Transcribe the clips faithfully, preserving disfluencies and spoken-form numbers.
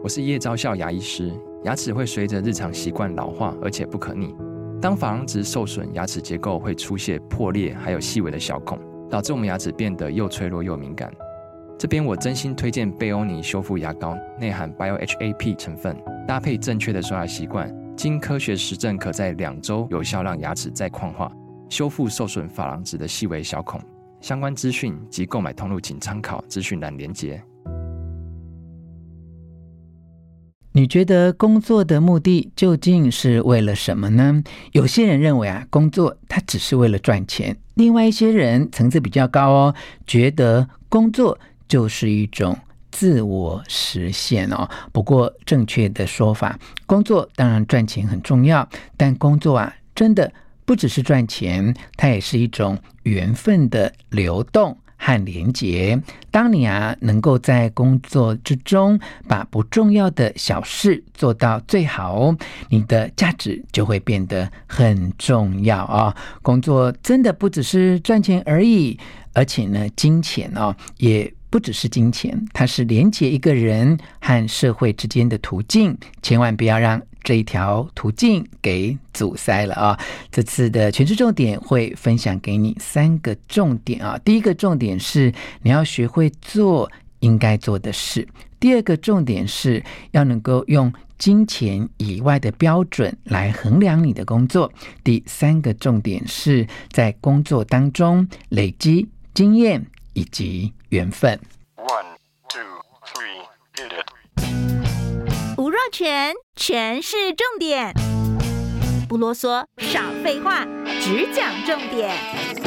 我是叶昭孝牙医师。牙齿会随着日常习惯老化，而且不可逆。当珐琅质受损，牙齿结构会出现破裂，还有细微的小孔，导致我们牙齿变得又脆弱又敏感。这边我真心推荐贝欧尼修复牙膏，内含 B I O H A P 成分，搭配正确的刷牙习惯，经科学实证可在两周有效让牙齿再矿化，修复受损珐琅质的细微小孔。相关资讯及购买通路请参考资讯栏连结。 你觉得工作的目的究竟是为了什么呢？有些人认为啊，工作它只是为了赚钱，另外一些人层次比较高哦，觉得工作就是一种自我实现哦。不过正确的说法，工作当然赚钱很重要，但工作啊，真的不只是赚钱，它也是一种缘分的流动和连结。当你啊能够在工作之中把不重要的小事做到最好，你的价值就会变得很重要啊、哦！工作真的不只是赚钱而已，而且呢，金钱哦也不只是金钱，它是连结一个人和社会之间的途径，千万不要让这一条途径给阻塞了啊！这次的诠释重点会分享给你三个重点啊。第一个重点是你要学会做应该做的事，第二个重点是要能够用金钱以外的标准来衡量你的工作，第三个重点是在工作当中累积经验以及缘分。 One, two, three, hit it。 吴若权，全是重点，不啰嗦，少废话，只讲重点。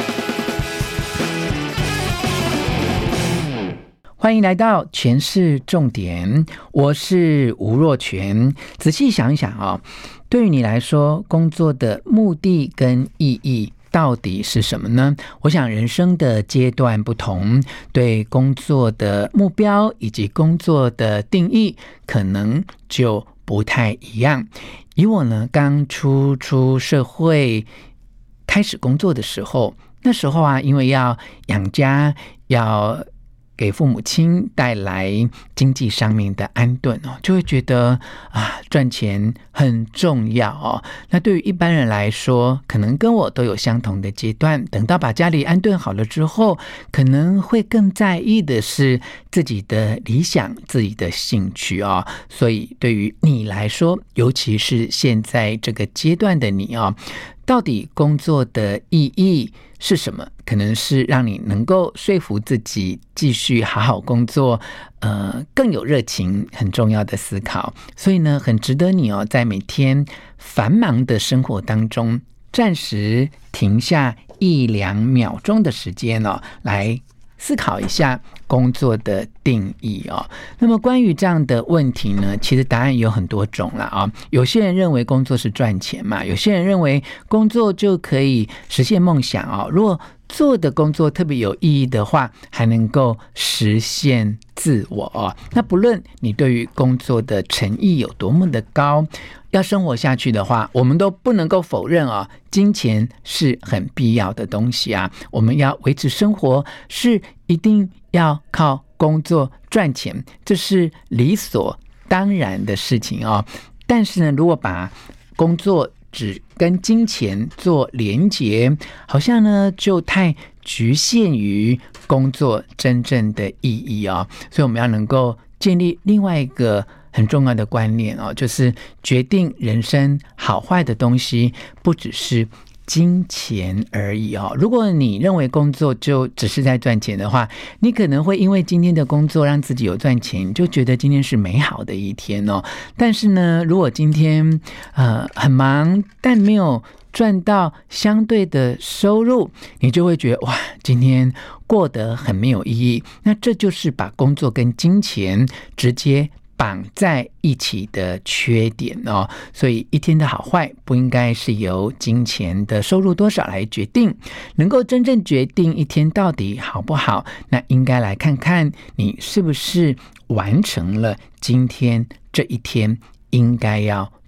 欢迎来到全是重点，我是吴若权。仔细想一想啊、哦，对于你来说，工作的目的跟意义到底是什么呢？我想人生的阶段不同，对工作的目标以及工作的定义可能就不太一样。以我呢，刚初出社会开始工作的时候，那时候啊，因为要养家，要给父母亲带来经济上面的安顿哦，就会觉得啊，赚钱很重要哦。那对于一般人来说，可能跟我都有相同的阶段，等到把家里安顿好了之后，可能会更在意的是自己的理想、自己的兴趣哦。所以对于你来说，尤其是现在这个阶段的你哦，到底工作的意义是什么？可能是让你能够说服自己继续好好工作，呃，更有热情，很重要的思考。所以呢，很值得你哦，在每天繁忙的生活当中，暂时停下一两秒钟的时间哦，来思考一下工作的定义哦。那么关于这样的问题呢，其实答案有很多种了啊、哦。有些人认为工作是赚钱嘛，有些人认为工作就可以实现梦想哦。如果做的工作特别有意义的话，还能够实现自我哦。那不论你对于工作的诚意有多么的高，要生活下去的话，我们都不能够否认哦，金钱是很必要的东西啊。我们要维持生活，是一定要靠工作赚钱，这是理所当然的事情哦。但是呢，如果把工作只跟金钱做连结，好像呢就太局限于工作真正的意义哦。所以我们要能够建立另外一个很重要的观念哦，就是决定人生好坏的东西不只是金钱而已哦。如果你认为工作就只是在赚钱的话，你可能会因为今天的工作让自己有赚钱，就觉得今天是美好的一天哦。但是呢，如果今天呃很忙，但没有赚到相对的收入，你就会觉得哇，今天过得很没有意义。那这就是把工作跟金钱直接绑在一起的缺点哦。所以一天的好坏不应该是由金钱的收入多少来决定，能够真正决定一天到底好不好，那应该来看看你是不是完成了今天这一天应该要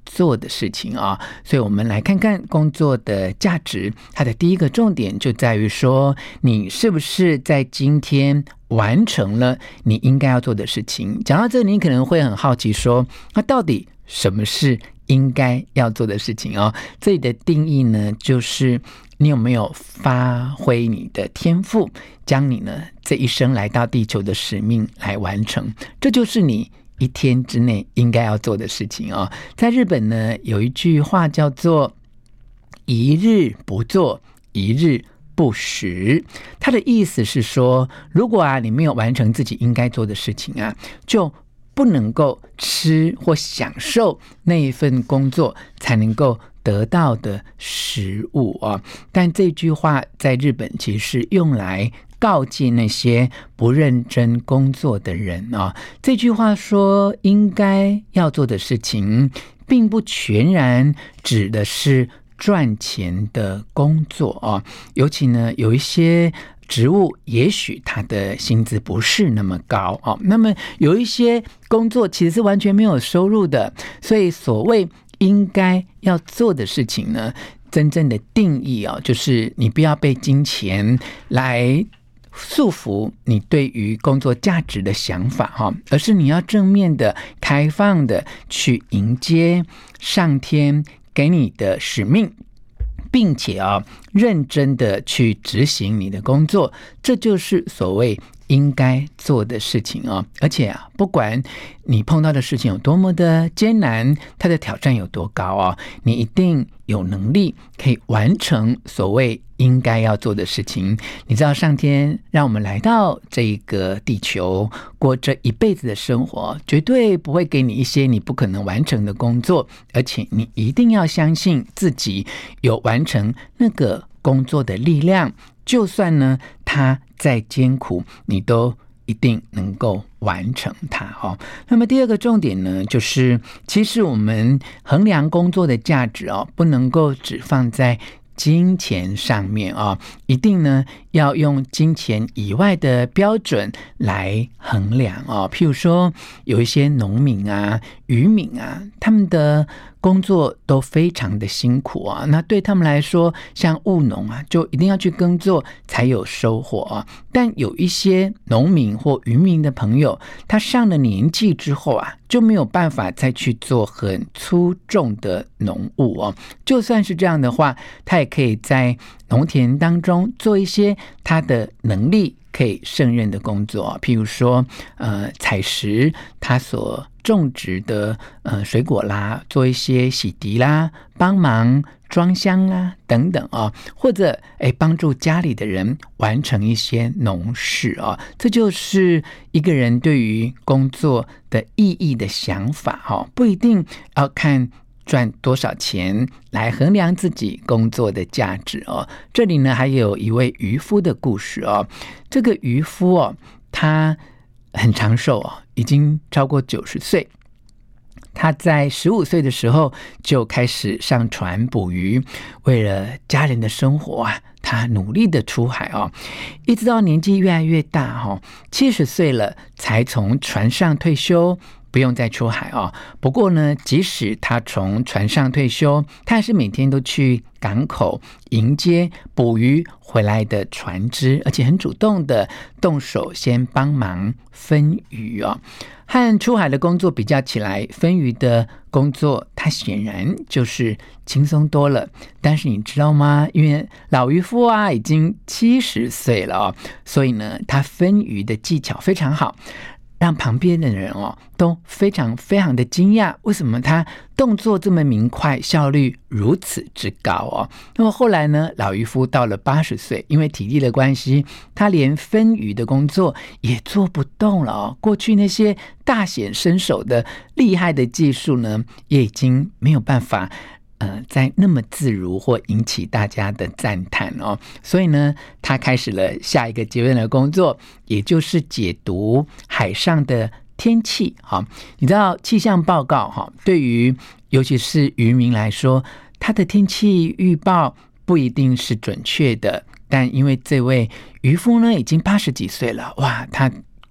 做的事情啊。所以我们来看看工作的价值，它的第一个重点就在于说，你是不是在今天完成了你应该要做的事情。讲到这里，你可能会很好奇说，那到底什么是应该要做的事情哦？这里的定义呢，就是你有没有发挥你的天赋，将你呢这一生来到地球的使命来完成，这就是你一天之内应该要做的事情哦。在日本呢，有一句话叫做一日不做，一日不食。它的意思是说，如果啊你没有完成自己应该做的事情啊，就不能够吃或享受那一份工作才能够得到的食物啊。但这句话在日本其实是用来告诫那些不认真工作的人啊。这句话说应该要做的事情，并不全然指的是赚钱的工作啊。尤其呢，有一些职务也许他的薪资不是那么高哦，那么有一些工作其实是完全没有收入的。所以所谓应该要做的事情呢，真正的定义哦，就是你不要被金钱来束缚你对于工作价值的想法哈，而是你要正面的、开放的去迎接上天给你的使命，并且啊，认真的去执行你的工作，这就是所谓应该做的事情哦。而且啊，不管你碰到的事情有多么的艰难，它的挑战有多高哦，你一定有能力可以完成所谓应该要做的事情。你知道上天让我们来到这个地球过这一辈子的生活，绝对不会给你一些你不可能完成的工作，而且你一定要相信自己有完成那个工作的力量，就算呢它再艰苦，你都一定能够完成它哦。那么第二个重点呢，就是其实我们衡量工作的价值哦，不能够只放在金钱上面啊、哦，一定呢要用金钱以外的标准来衡量哦。譬如说，有一些农民啊、渔民啊，他们的工作都非常的辛苦啊。那对他们来说，像务农啊，就一定要去耕作才有收获啊。但有一些农民或渔民的朋友，他上了年纪之后啊，就没有办法再去做很粗重的农务哦。就算是这样的话，他也可以在农田当中做一些他的能力可以胜任的工作，譬如说呃采食他所种植的呃水果啦，做一些洗涤啦，帮忙装箱啦等等啊，或者哎帮助家里的人完成一些农事啊，这就是一个人对于工作的意义的想法哈，不一定要看赚多少钱来衡量自己工作的价值哦。这里呢还有一位渔夫的故事哦。这个渔夫哦，他很长寿哦，已经超过九十岁。他在十五岁的时候就开始上船捕鱼，为了家人的生活啊，他努力的出海哦，一直到年纪越来越大哦，七十岁了才从船上退休，不用再出海哦。不过呢，即使他从船上退休，他还是每天都去港口迎接捕鱼回来的船只，而且很主动的动手先帮忙分鱼哦。和出海的工作比较起来，分鱼的工作它显然就是轻松多了。但是你知道吗？因为老渔夫啊已经七十岁了哦，所以呢，他分鱼的技巧非常好，让旁边的人哦都非常非常的惊讶，为什么他动作这么明快，效率如此之高哦？那么后来呢，老渔夫到了八十岁，因为体力的关系，他连分鱼的工作也做不动了哦。过去那些大显身手的厉害的技术呢，也已经没有办法呃，在那么自如或引起大家的赞叹哦，所以呢，他开始了下一个阶段的工作，也就是解读海上的天气哈。你知道气象报告哈，对于尤其是渔民来说，它的天气预报不一定是准确的，但因为这位渔夫呢已经八十几岁了，哇，他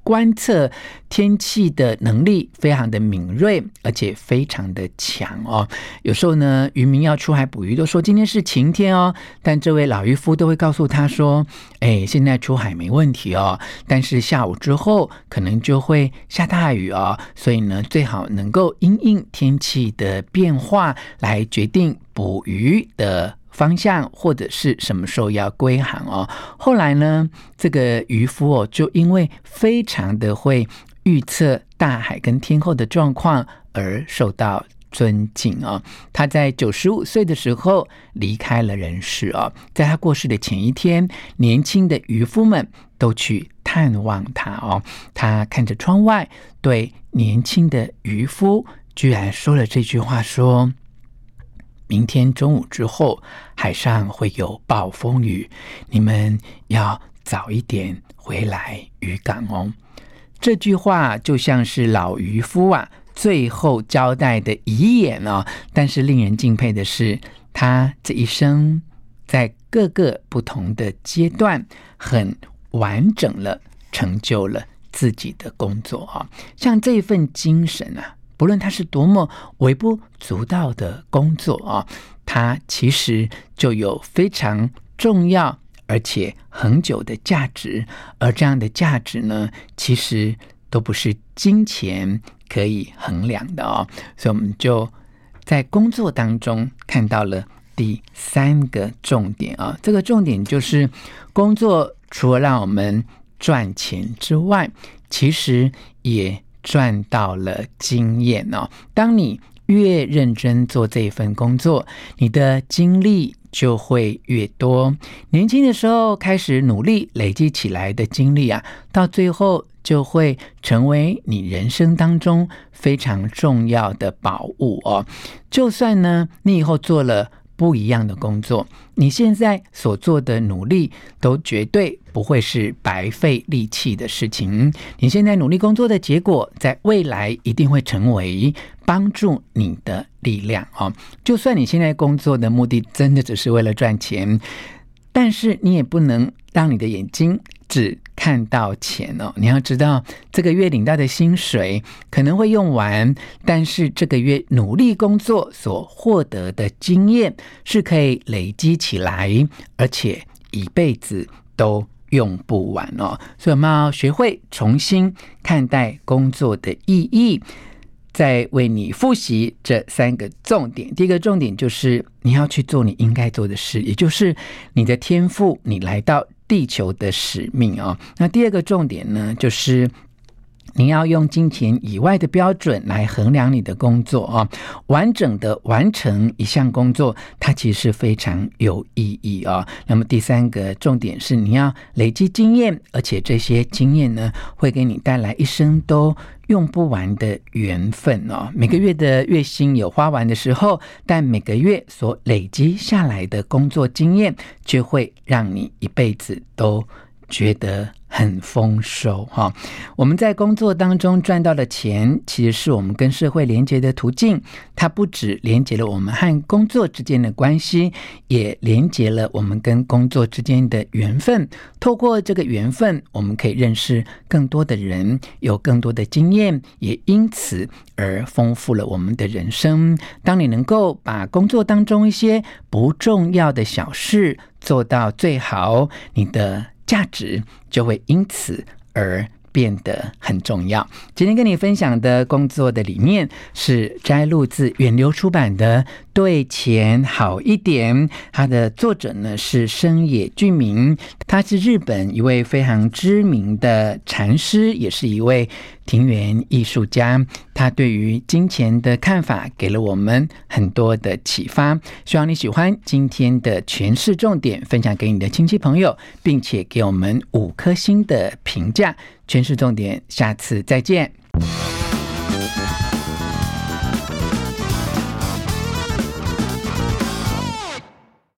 观测天气的能力非常的敏锐，而且非常的强哦。有时候呢，渔民要出海捕鱼都说今天是晴天哦，但这位老渔夫都会告诉他说，哎，现在出海没问题哦，但是下午之后可能就会下大雨哦，所以呢，最好能够因应天气的变化来决定捕鱼的方向，或者是什么时候要归航哦。后来呢，这个渔夫哦，就因为非常的会预测大海跟天候的状况而受到尊敬哦。他在九十五岁的时候离开了人世哦。在他过世的前一天，年轻的渔夫们都去探望他哦。他看着窗外，对年轻的渔夫居然说了这句话，说明天中午之后海上会有暴风雨，你们要早一点回来渔港哦。这句话就像是老渔夫啊最后交代的遗言哦。但是令人敬佩的是，他这一生在各个不同的阶段很完整了成就了自己的工作啊。像这份精神啊，不论他是多么微不足道的工作啊，它其实就有非常重要而且恒久的价值。而这样的价值呢，其实都不是金钱可以衡量的哦。所以我们就在工作当中看到了第三个重点啊。这个重点就是工作除了让我们赚钱之外，其实也赚到了经验哦。当你越认真做这一份工作，你的经历就会越多。年轻的时候开始努力累积起来的经历啊，到最后就会成为你人生当中非常重要的宝物哦。就算呢，你以后做了不一样的工作，你现在所做的努力都绝对不会是白费力气的事情。你现在努力工作的结果，在未来一定会成为帮助你的力量哦。就算你现在工作的目的真的只是为了赚钱，但是你也不能让你的眼睛只看到钱哦。你要知道，这个月领到的薪水可能会用完，但是这个月努力工作所获得的经验是可以累积起来，而且一辈子都用不完哦。所以我们要学会重新看待工作的意义。再为你复习这三个重点。第一个重点就是你要去做你应该做的事，也就是你的天赋，你来到地球的使命哦。那第二个重点呢，就是你要用金钱以外的标准来衡量你的工作哦。完整的完成一项工作，它其实非常有意义哦。那么第三个重点是你要累积经验，而且这些经验呢，会给你带来一生都用不完的缘分哦。每个月的月薪有花完的时候，但每个月所累积下来的工作经验，就会让你一辈子都觉得很丰收哈。我们在工作当中赚到的钱，其实是我们跟社会连结的途径。它不只连结了我们和工作之间的关系，也连结了我们跟工作之间的缘分。透过这个缘分，我们可以认识更多的人，有更多的经验，也因此而丰富了我们的人生。当你能够把工作当中一些不重要的小事做到最好，你的价值就会因此而变得很重要。今天跟你分享的工作的理念是摘录自远流出版的《对钱好一点》，它的作者呢是深野俊明，他是日本一位非常知名的禅师，也是一位庭园艺术家。他对于金钱的看法给了我们很多的启发。希望你喜欢今天的诠释重点，分享给你的亲戚朋友，并且给我们五颗星的评价。诠释重点，下次再见。